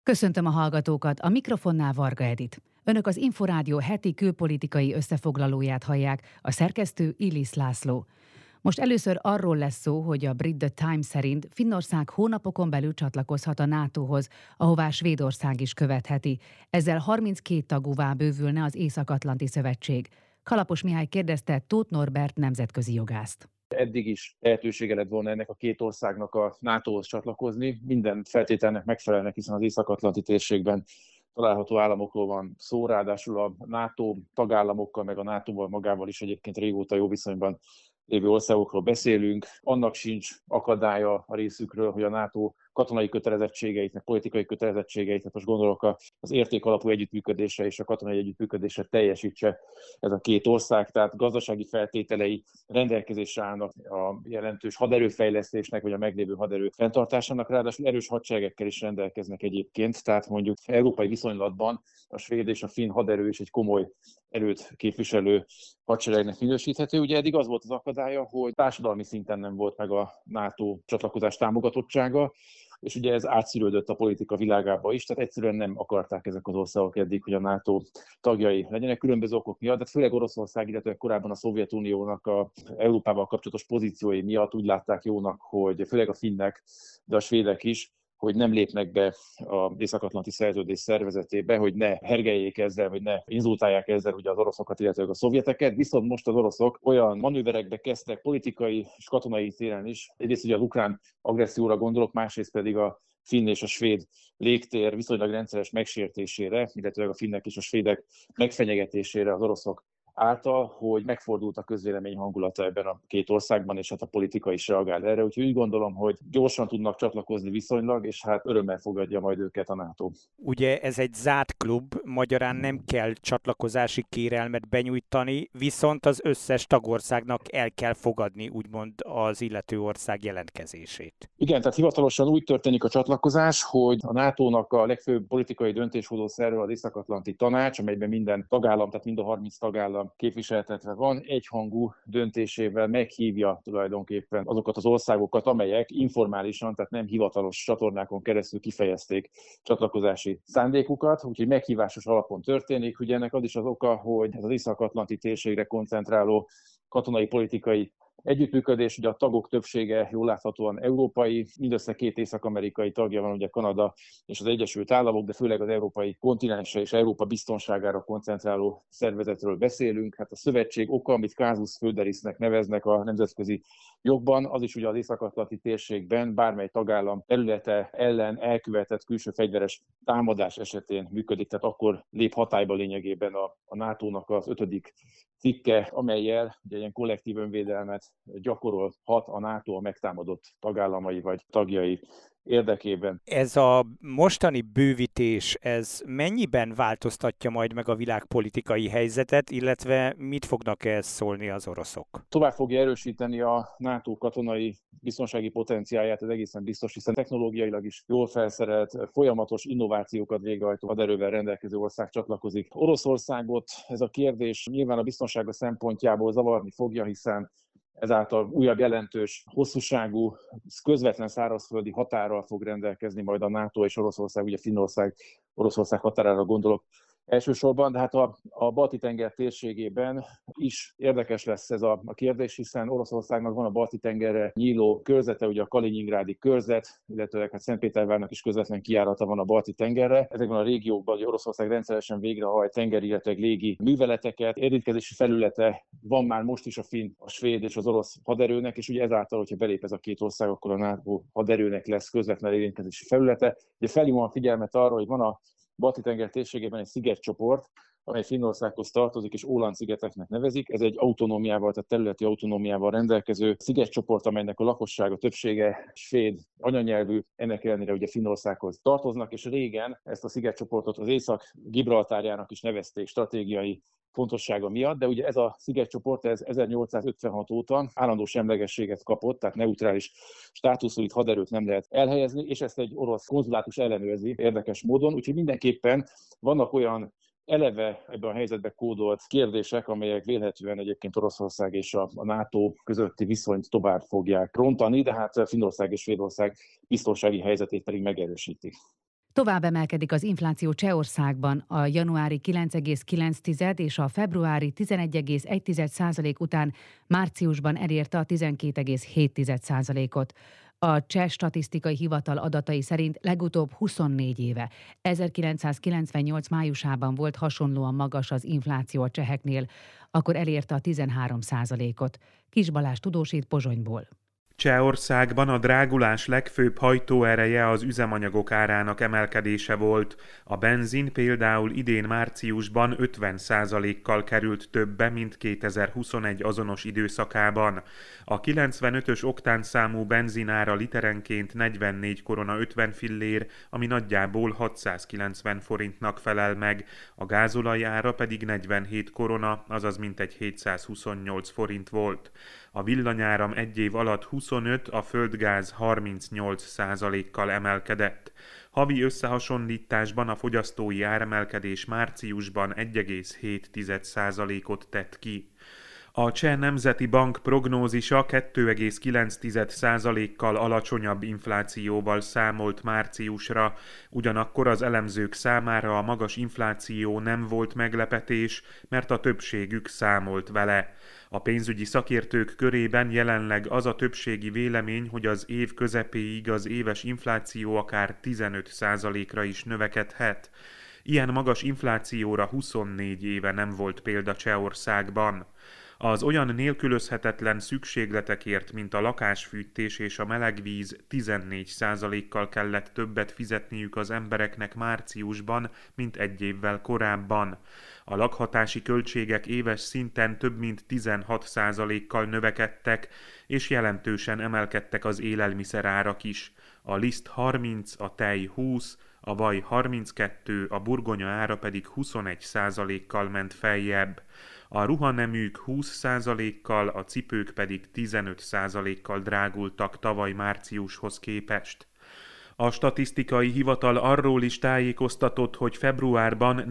Köszöntöm a hallgatókat, a mikrofonnál Varga Edit. Önök az Inforádió heti külpolitikai összefoglalóját hallják, a szerkesztő Illis László. Most először arról lesz szó, hogy a brit The Times szerint Finnország hónapokon belül csatlakozhat a NATO-hoz, ahová Svédország is követheti. Ezzel 32 tagúvá bővülne az Észak-Atlanti Szövetség. Kalapos Mihály kérdezte Tóth Norbert nemzetközi jogászt. Eddig is lehetősége lett volna ennek a két országnak a NATO-hoz csatlakozni. Minden feltételnek megfelelnek, hiszen az Észak-Atlanti térségben található államokról van szó, ráadásul a NATO tagállamokkal, meg a NATO-val magával is egyébként régóta jó viszonyban lévő országokról beszélünk. Annak sincs akadálya a részükről, hogy a NATO katonai kötelezettségeit, meg politikai kötelezettségeit, most gondolok az értékalapú együttműködésre és a katonai együttműködésre teljesítse ez a két ország, tehát gazdasági feltételei rendelkezésre állnak a jelentős haderőfejlesztésnek, vagy a meglévő haderő fenntartásának, ráadásul erős hadseregekkel is rendelkeznek egyébként, tehát mondjuk európai viszonylatban a svéd és a finn haderő is egy komoly erőt képviselő hadseregnek minősíthető. Ugye eddig az volt az akadálya, hogy társadalmi szinten nem volt meg a NATO csatlakozás támogatottsága, és ugye ez átszűrődött a politika világába is, tehát egyszerűen nem akarták ezek az országok eddig, hogy a NATO tagjai legyenek különböző okok miatt, de főleg Oroszország, illetve korábban a Szovjetuniónak a Európával kapcsolatos pozíciói miatt úgy látták jónak, hogy főleg a finnek, de a svédek is, hogy nem lépnek be az Észak-Atlanti Szerződés szervezetébe, hogy ne hergeljék ezzel, vagy ne inzultálják ezzel ugye az oroszokat, illetve a szovjeteket. Viszont most az oroszok olyan manőverekbe kezdtek politikai és katonai téren is. Egyrészt ugye az ukrán agresszióra gondolok, másrészt pedig a finn és a svéd légtér viszonylag rendszeres megsértésére, illetve a finnek és a svédek megfenyegetésére az oroszok által, hogy megfordult a közvélemény hangulata ebben a két országban, és hát a politika is reagál erre. Úgyhogy úgy gondolom, hogy gyorsan tudnak csatlakozni viszonylag, és hát örömmel fogadja majd őket a NATO. Ugye ez egy zárt klub, magyarán nem kell csatlakozási kérelmet benyújtani, viszont az összes tagországnak el kell fogadni, úgymond az illető ország jelentkezését. Igen, tehát hivatalosan úgy történik a csatlakozás, hogy a NATO-nak a legfőbb politikai döntéshozó szerve az Észak-Atlanti Tanács, amelyben minden tagállam, tehát mind a 30 tagállam képviseltetve van, egyhangú döntésével meghívja tulajdonképpen azokat az országokat, amelyek informálisan, tehát nem hivatalos csatornákon keresztül kifejezték csatlakozási szándékukat, úgyhogy meghívásos alapon történik. Ugye ennek az is az oka, hogy ez az Észak-Atlanti térségre koncentráló katonai politikai együttműködés, ugye a tagok többsége jól láthatóan európai, mindössze 2 észak-amerikai tagja van, ugye Kanada és az Egyesült Államok, de főleg az európai kontinensre és Európa biztonságára koncentráló szervezetről beszélünk. Hát a szövetség oka, amit casus foederisnek neveznek a nemzetközi jogban, az is ugye az Észak-Atlanti térségben bármely tagállam területe ellen elkövetett külső fegyveres támadás esetén működik, tehát akkor lép hatályba lényegében a NATO-nak az 5. cikke, amellyel ugye ilyen kollektív önvédelmet gyakorolhat a NATO a megtámadott tagállamai vagy tagjai érdekében. Ez a mostani bővítés, ez mennyiben változtatja majd meg a világpolitikai helyzetet, illetve mit fognak ehhez szólni az oroszok? Tovább fogja erősíteni a NATO katonai biztonsági potenciáját, ez egészen biztos, hiszen technológiailag is jól felszerelt, folyamatos innovációkat végrehajtó haderővel rendelkező ország csatlakozik. Oroszországot ez a kérdés nyilván a biztonsága szempontjából zavarni fogja, hiszen ezáltal újabb jelentős, hosszúságú, közvetlen szárazföldi határral fog rendelkezni majd a NATO és Oroszország, ugye Finnország, Oroszország határára gondolok elsősorban, de hát a Balti-tenger térségében is érdekes lesz ez a kérdés, hiszen Oroszországnak van a Balti-tengerre nyíló körzete, ugye a Kaliningrádi körzet, illetve hát Szentpétervárnak is közvetlen kijárata van a Balti-tengerre. Ezekben a régiókban ugye Oroszország rendszeresen végrehajt tengeri, illetve légi műveleteket, érintkezési felülete van már most is a finn, a svéd és az orosz haderőnek, és ugye ezáltal, hogyha belép ez a két ország, akkor a NATO haderőnek lesz közvetlen érintkezési felülete. Ugye felhívom a figyelmet arra, hogy van a Balti-tenger térségében egy szigetcsoport, amely Finnországhoz tartozik, és Åland-szigeteknek nevezik. Ez egy autonómiával, tehát területi autonómiával rendelkező szigetcsoport, amelynek a lakossága többsége svéd anyanyelvű, ennek ellenére ugye Finnországhoz tartoznak, és régen ezt a szigetcsoportot az Észak-Gibraltárjának is nevezték stratégiai fontossága miatt, de ugye ez a szigetcsoport ez 1856 óta állandó semlegességet kapott, tehát neutrális státuszú, itt haderőt nem lehet elhelyezni, és ezt egy orosz konzulátus ellenőrzi érdekes módon, úgyhogy mindenképpen vannak olyan eleve ebben a helyzetben kódolt kérdések, amelyek vélhetően egyébként Oroszország és a NATO közötti viszonyt tovább fogják rontani, de hát Finnország és Svédország biztonsági helyzetét pedig megerősítik. Tovább emelkedik az infláció Csehországban, a januári 9,9 és a februári 11,1% után márciusban elérte a 12,7%-ot. A Cseh Statisztikai Hivatal adatai szerint legutóbb 24 éve, 1998 májusában volt hasonlóan magas az infláció a cseheknél, akkor elérte a 13%-ot. Kis Balázs tudósít Pozsonyból. Csehországban a drágulás legfőbb hajtóereje az üzemanyagok árának emelkedése volt. A benzin például idén márciusban 50%-kal került többe, mint 2021 azonos időszakában. A 95-ös oktánszámú benzinára literenként 44 korona 50 fillér, ami nagyjából 690 forintnak felel meg, a gázolaj ára pedig 47 korona, azaz mintegy 728 forint volt. A villanyáram egy év alatt 25, a földgáz 38%-kal emelkedett. Havi összehasonlításban a fogyasztói áremelkedés márciusban 1,7%-ot tett ki. A Cseh Nemzeti Bank prognózisa 2,9%-kal alacsonyabb inflációval számolt márciusra, ugyanakkor az elemzők számára a magas infláció nem volt meglepetés, mert a többségük számolt vele. A pénzügyi szakértők körében jelenleg az a többségi vélemény, hogy az év közepéig az éves infláció akár 15%-ra is növekedhet. Ilyen magas inflációra 24 éve nem volt példa Csehországban. Az olyan nélkülözhetetlen szükségletekért, mint a lakásfűtés és a melegvíz 14%-kal kellett többet fizetniük az embereknek márciusban, mint egy évvel korábban. A lakhatási költségek éves szinten több mint 16%-kal növekedtek, és jelentősen emelkedtek az élelmiszerárak is. A liszt 30, a tej 20, a vaj 32, a burgonya ára pedig 21%-kal ment feljebb. A ruhaneműk 20%-kal, a cipők pedig 15%-kal drágultak tavaly márciushoz képest. A statisztikai hivatal arról is tájékoztatott, hogy februárban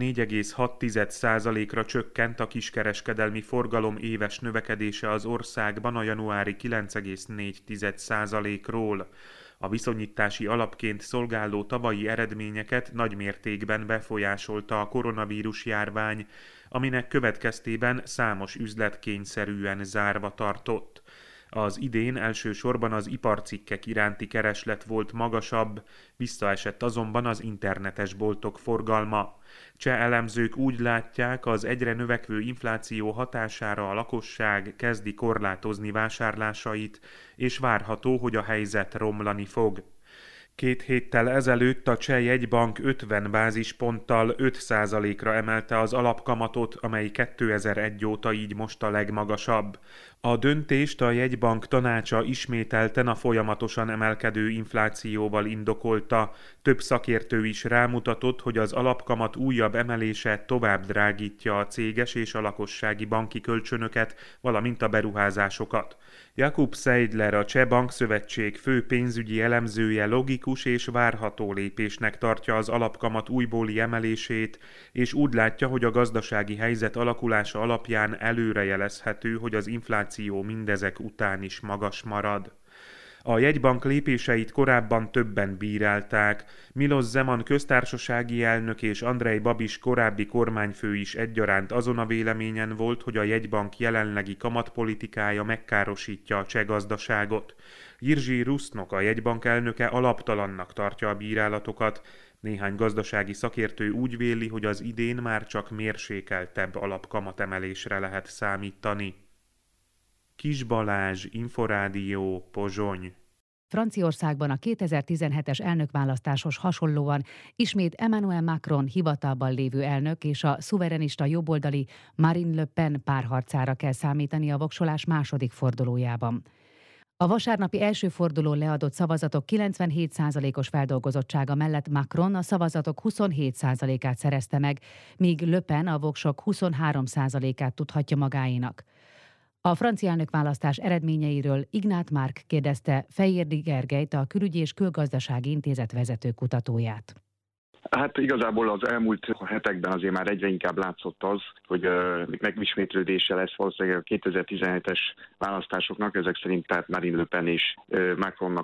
4,6%-ra csökkent a kiskereskedelmi forgalom éves növekedése az országban a januári 9,4%-ról. A viszonyítási alapként szolgáló tavalyi eredményeket nagy mértékben befolyásolta a koronavírus járvány, aminek következtében számos üzlet kényszerűen zárva tartott. Az idén elsősorban az iparcikkek iránti kereslet volt magasabb, visszaesett azonban az internetes boltok forgalma. Cseh elemzők úgy látják, az egyre növekvő infláció hatására a lakosság kezdi korlátozni vásárlásait, és várható, hogy a helyzet romlani fog. 2 héttel ezelőtt a Cseh jegybank 50 bázisponttal 5%-ra emelte az alapkamatot, amely 2001 óta így most a legmagasabb. A döntést a jegybank tanácsa ismételten a folyamatosan emelkedő inflációval indokolta. Több szakértő is rámutatott, hogy az alapkamat újabb emelése tovább drágítja a céges és a lakossági banki kölcsönöket, valamint a beruházásokat. Jakub Seidler, a Cseh Bankszövetség fő pénzügyi elemzője logikus és várható lépésnek tartja az alapkamat újbóli emelését, és úgy látja, hogy a gazdasági helyzet alakulása alapján előrejelezhető, hogy az infláció mindezek után is magas marad. A jegybank lépéseit korábban többen bírálták. Miloš Zeman köztársasági elnök és Andrej Babis korábbi kormányfő is egyaránt azon a véleményen volt, hogy a jegybank jelenlegi kamatpolitikája megkárosítja a cseh gazdaságot. Jiří Rusnok, a jegybank elnöke alaptalannak tartja a bírálatokat. Néhány gazdasági szakértő úgy véli, hogy az idén már csak mérsékeltebb alapkamatemelésre lehet számítani. Kis Balázs, Inforádió, Pozsony. Franciaországban a 2017-es elnökválasztáshoz hasonlóan ismét Emmanuel Macron hivatalban lévő elnök és a szuverenista jobboldali Marine Le Pen párharcára kell számítani a voksolás második fordulójában. A vasárnapi első fordulón leadott szavazatok 97%-os feldolgozottsága mellett Macron a szavazatok 27%-át szerezte meg, míg Le Pen a voksok 23%-át tudhatja magáénak. A francia elnökválasztás eredményeiről Ignát Márk kérdezte Fejérdi Gergelyt, a Külügyi és Külgazdasági Intézet vezető kutatóját. Hát igazából az elmúlt hetekben azért már egyre inkább látszott az, hogy megismétlődése lesz valószínűleg a 2017-es választásoknak, ezek szerint tehát Marine Le Pen és Macronnak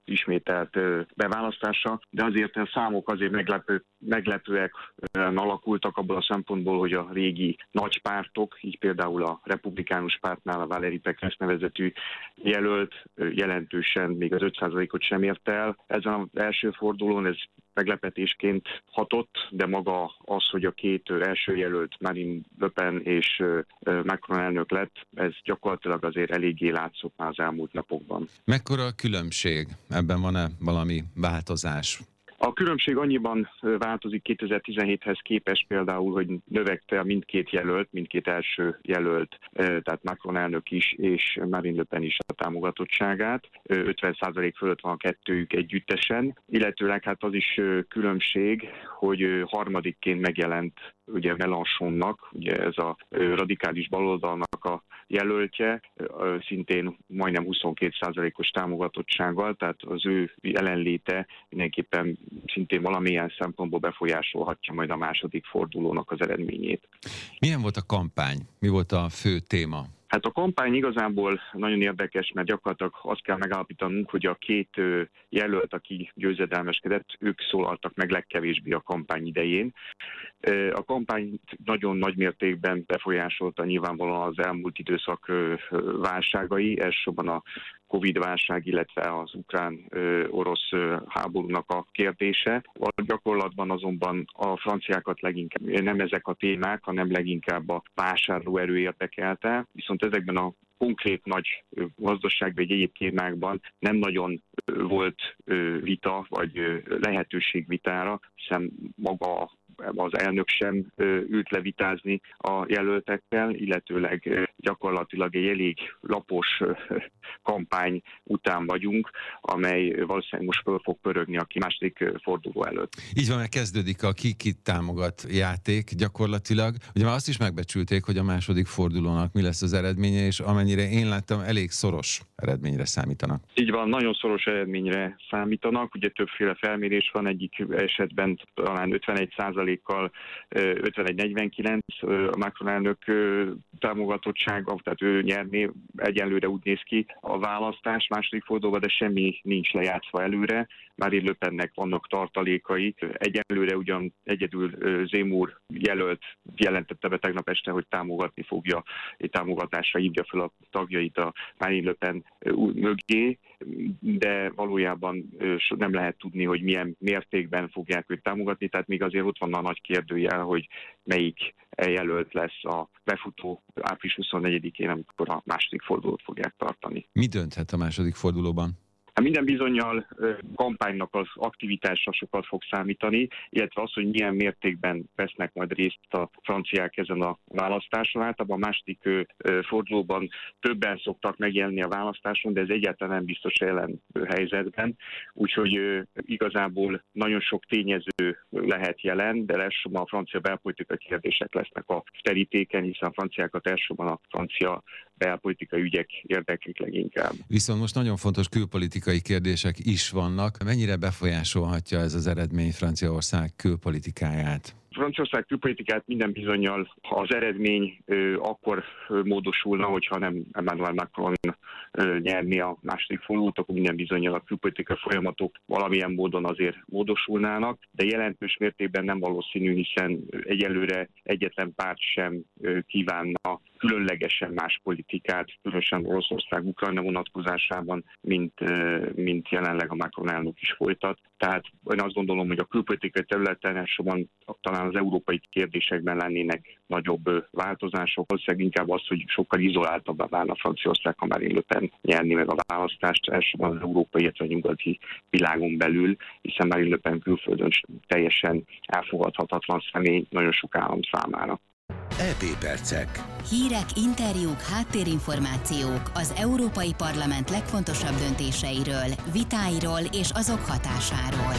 ismételt beválasztásra, de azért a számok azért meglepőek alakultak abból a szempontból, hogy a régi nagy pártok, így például a republikánus pártnál a Valérie Pécresse nevezetű jelölt jelentősen még az 5%-ot sem ért el. Ezen az első fordulón ez meglepetésként hatott, de maga az, hogy a két első jelölt, Marine Le Pen és Macron elnök lett, ez gyakorlatilag azért eléggé látszott már az elmúlt napokban. Mekkora a különbség? Ebben van-e valami változás? A különbség annyiban változik 2017-hez képest például, hogy növekte mindkét első jelölt, tehát Macron elnök is és Marine Le Pen is a támogatottságát. 50% fölött van a kettőjük együttesen, illetőleg hát az is különbség, hogy harmadikként megjelent ugye Mélenchonnak, ugye ez a radikális baloldalnak a jelöltje, szintén majdnem 22%-os támogatottsággal, tehát az ő jelenléte mindenképpen szintén valamilyen szempontból befolyásolhatja majd a második fordulónak az eredményét. Milyen volt a kampány? Mi volt a fő téma? Hát a kampány igazából nagyon érdekes, mert gyakorlatilag azt kell megállapítanunk, hogy a két jelölt, aki győzedelmeskedett, ők szólaltak meg legkevésbé a kampány idején. A kampányt nagyon nagy mértékben befolyásolta nyilvánvalóan az elmúlt időszak válságai, elsősorban a Covid-válság, illetve az ukrán-orosz háborúnak a kérdése. A gyakorlatban azonban a franciákat leginkább nem ezek a témák, hanem leginkább a vásárlóerő érdekelte, viszont ezekben a konkrét nagy gazdaság vagy egyéb témákban nem nagyon volt vita vagy lehetőség vitára, hiszen maga az elnök sem ült le vitázni a jelöltekkel, illetőleg gyakorlatilag egy elég lapos kampány után vagyunk, amely valószínűleg most föl fog pörögni a második forduló előtt. Így van, mert kezdődik a ki támogat játék gyakorlatilag. Ugye már azt is megbecsülték, hogy a második fordulónak mi lesz az eredménye, és amennyire én láttam, elég szoros eredményre számítanak. Így van, nagyon szoros eredményre számítanak. Ugye többféle felmérés van, egyik esetben talán 51%-kal 51-49 a Macron elnök támogatottsága, tehát ő nyerné, egyenlőre úgy néz ki a választás második fordulóban, de semmi nincs lejátszva előre. Marine Le Pennek vannak tartalékai. Egyenlőre ugyan egyedül Zemmour jelentette be tegnap este, hogy támogatni fogja, egy támogatásra hívja fel a tagjait a Marine Le Pen mögé, de valójában nem lehet tudni, hogy milyen mértékben fogják őt támogatni, tehát még azért ott van a nagy kérdőjel, hogy melyik jelölt lesz a befutó április 24-én, amikor a második fordulót fogják tartani. Mi dönthet a második fordulóban? Hát minden bizonnyal kampánynak az aktivitása sokat fog számítani, illetve az, hogy milyen mértékben vesznek majd részt a franciák ezen a választáson. Általában a második fordulóban többen szoktak megjelenni a választáson, de ez egyáltalán nem biztos jelen helyzetben. Úgyhogy igazából nagyon sok tényező lehet jelen, de elsősorban a francia belpolitikai kérdések lesznek a terítéken, hiszen a franciákat elsősorban a francia belpolitikai ügyek érdeklik leginkább. Viszont most nagyon fontos külpolitikai kérdések is vannak. Mennyire befolyásolhatja ez az eredmény Franciaország külpolitikáját? Franciaország külpolitikát minden bizonnyal az eredmény akkor módosulna, hogyha nem Emmanuel Macron nyerni a második fordulót, akkor minden bizonnyal a külpolitikai folyamatok valamilyen módon azért módosulnának, de jelentős mértékben nem valószínű, hiszen egyelőre egyetlen párt sem kívánna különlegesen más politikát, különösen Oroszország-Ukrajna vonatkozásában, mint jelenleg a Macron elnök is folytat. Tehát én azt gondolom, hogy a külpolitikai területen elsősorban talán az európai kérdésekben lennének nagyobb változások. Valószínűleg inkább az, hogy sokkal izoláltabbá válna Franciaország, ha Marine Le Pen nyerni meg a választást, elsősorban az európai, illetve a nyugati világon belül, hiszen Marine Le Pen külföldön teljesen elfogadhatatlan személy nagyon sok állam számára. EP percek. Hírek, interjúk, háttérinformációk az Európai Parlament legfontosabb döntéseiről, vitáiról és azok hatásáról.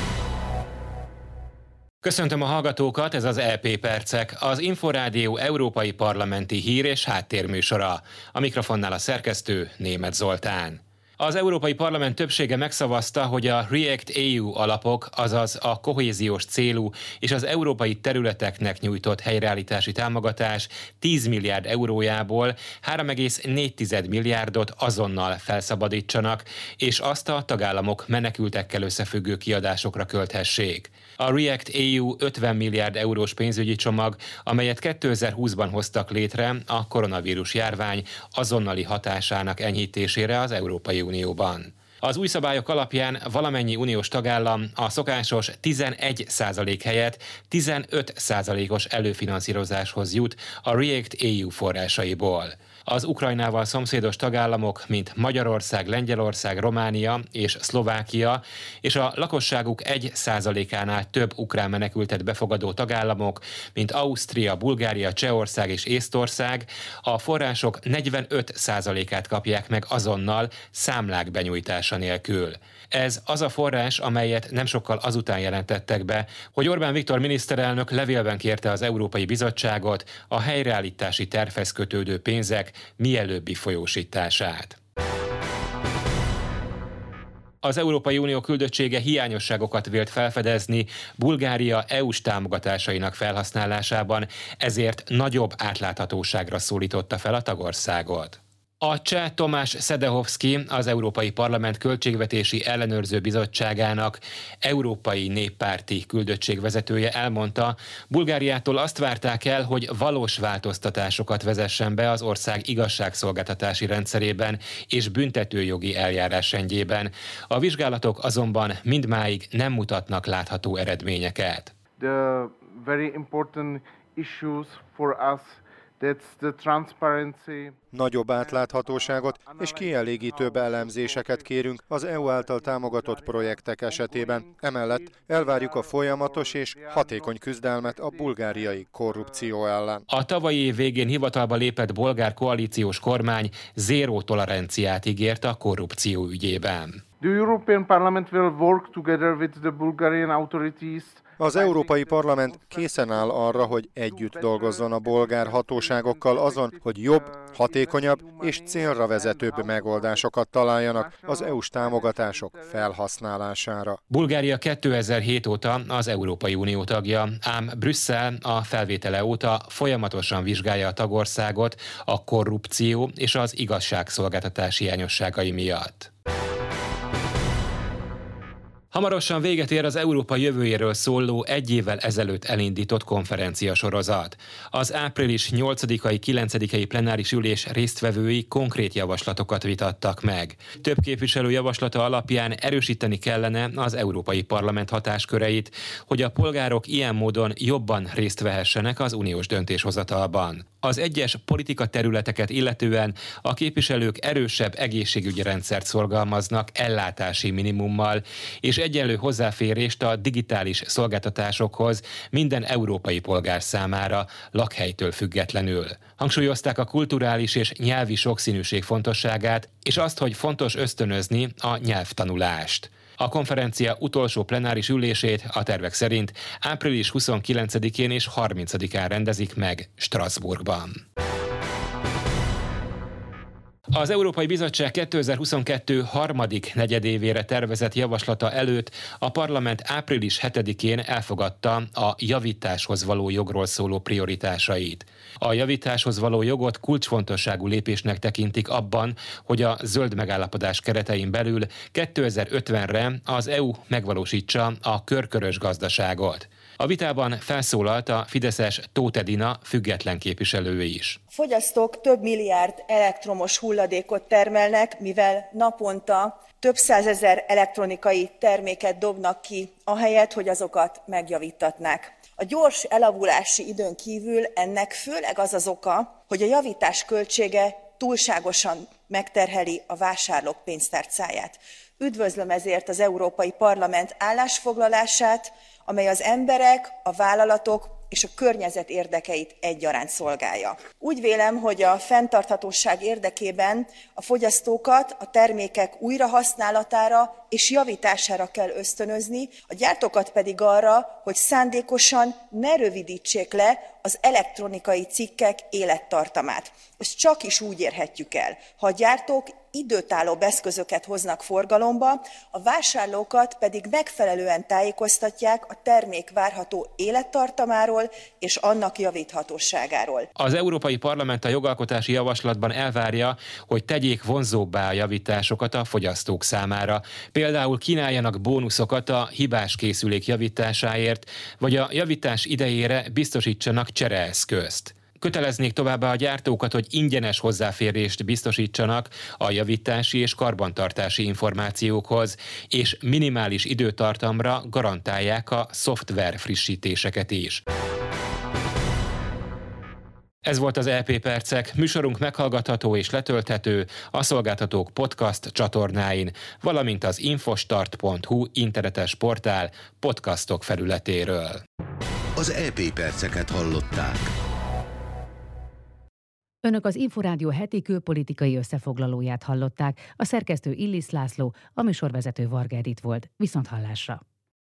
Köszöntöm a hallgatókat, ez az EP percek, az Inforádió európai parlamenti hír- és háttérműsora. A mikrofonnál a szerkesztő Németh Zoltán. Az Európai Parlament többsége megszavazta, hogy a REACT-EU alapok, azaz a kohéziós célú és az európai területeknek nyújtott helyreállítási támogatás 10 milliárd eurójából 3,4 milliárdot azonnal felszabadítsanak, és azt a tagállamok menekültekkel összefüggő kiadásokra költhessék. A REACT-EU 50 milliárd eurós pénzügyi csomag, amelyet 2020-ban hoztak létre a koronavírus járvány azonnali hatásának enyhítésére az Európai Unióban. Az új szabályok alapján valamennyi uniós tagállam a szokásos 11% helyett 15%-os előfinanszírozáshoz jut a REACT-EU forrásaiból. Az Ukrajnával szomszédos tagállamok, mint Magyarország, Lengyelország, Románia és Szlovákia, és a lakosságuk 1%-ánál több ukrán menekültet befogadó tagállamok, mint Ausztria, Bulgária, Csehország és Észtország, a források 45%-át kapják meg azonnal számlák benyújtása nélkül. Ez az a forrás, amelyet nem sokkal azután jelentettek be, hogy Orbán Viktor miniszterelnök levélben kérte az Európai Bizottságot a helyreállítási tervhez kötődő pénzek mielőbbi folyósítását. Az Európai Unió küldöttsége hiányosságokat vélt felfedezni Bulgária EU-s támogatásainak felhasználásában, ezért nagyobb átláthatóságra szólította fel a tagországot. A cseh Tomás Sedehovszky, az Európai Parlament Költségvetési Ellenőrző Bizottságának európai néppárti küldöttségvezetője elmondta, Bulgáriától azt várták el, hogy valós változtatásokat vezessen be az ország igazságszolgáltatási rendszerében és büntetőjogi eljárásrendjében. A vizsgálatok azonban mindmáig nem mutatnak látható eredményeket. The very important issues for us. Nagyobb átláthatóságot és kielégítőbb elemzéseket kérünk az EU által támogatott projektek esetében. Emellett elvárjuk a folyamatos és hatékony küzdelmet a bulgáriai korrupció ellen. A tavalyi év végén hivatalba lépett bolgár koalíciós kormány zéró toleranciát ígért a korrupció ügyében. The European Parliament will work together with the Bulgarian authorities. Az Európai Parlament készen áll arra, hogy együtt dolgozzon a bolgár hatóságokkal azon, hogy jobb, hatékonyabb és célra vezetőbb megoldásokat találjanak az EU-s támogatások felhasználására. Bulgária 2007 óta az Európai Unió tagja, ám Brüsszel a felvétele óta folyamatosan vizsgálja a tagországot a korrupció és az igazságszolgáltatás hiányosságai miatt. Hamarosan véget ér az Európa jövőjéről szóló egy évvel ezelőtt elindított konferenciasorozat. Az április 8-ai, 9-ei plenáris ülés résztvevői konkrét javaslatokat vitattak meg. Több képviselő javaslata alapján erősíteni kellene az Európai Parlament hatásköreit, hogy a polgárok ilyen módon jobban részt vehessenek az uniós döntéshozatalban. Az egyes politika területeket illetően a képviselők erősebb egészségügyi rendszert szorgalmaznak ellátási minimummal, és egyenlő hozzáférést a digitális szolgáltatásokhoz minden európai polgár számára, lakhelytől függetlenül. Hangsúlyozták a kulturális és nyelvi sokszínűség fontosságát, és azt, hogy fontos ösztönözni a nyelvtanulást. A konferencia utolsó plenáris ülését a tervek szerint április 29-én és 30-án rendezik meg Strasbourgban. Az Európai Bizottság 2022 harmadik negyedévére tervezett javaslata előtt a parlament április 7-én elfogadta a javításhoz való jogról szóló prioritásait. A javításhoz való jogot kulcsfontosságú lépésnek tekintik abban, hogy a zöld megállapodás keretein belül 2050-re az EU megvalósítsa a körkörös gazdaságot. A vitában felszólalt a fideszes Tóth Edina független képviselő is. A fogyasztók több milliárd elektromos hulladékot termelnek, mivel naponta több százezer elektronikai terméket dobnak ki, ahelyett, hogy azokat megjavítatnák. A gyors elavulássi időn kívül ennek főleg az az oka, hogy a javítás költsége túlságosan megterheli a vásárlók pénztárcáját. Üdvözlöm ezért az Európai Parlament állásfoglalását, amely az emberek, a vállalatok és a környezet érdekeit egyaránt szolgálja. Úgy vélem, hogy a fenntarthatóság érdekében a fogyasztókat a termékek újrahasználatára és javítására kell ösztönözni, a gyártókat pedig arra, hogy szándékosan ne rövidítsék le az elektronikai cikkek élettartamát. Ezt csak is úgy érhetjük el, ha a gyártók időtállóbb eszközöket hoznak forgalomba, a vásárlókat pedig megfelelően tájékoztatják a termék várható élettartamáról és annak javíthatóságáról. Az Európai Parlament a jogalkotási javaslatban elvárja, hogy tegyék vonzóbbá a javításokat a fogyasztók számára. Például kínáljanak bónuszokat a hibás készülék javításáért, vagy a javítás idejére biztosítsanak csereeszközt. Köteleznék továbbá a gyártókat, hogy ingyenes hozzáférést biztosítsanak a javítási és karbantartási információkhoz, és minimális időtartamra garantálják a szoftver frissítéseket is. Ez volt az EP Percek, műsorunk meghallgatható és letölthető a Szolgáltatók podcast csatornáin, valamint az infostart.hu internetes portál podcastok felületéről. Az EP Perceket hallották. Önök az Inforádió heti külpolitikai összefoglalóját hallották, a szerkesztő Illis László, a műsorvezető Varga Edit volt. Viszonthallásra!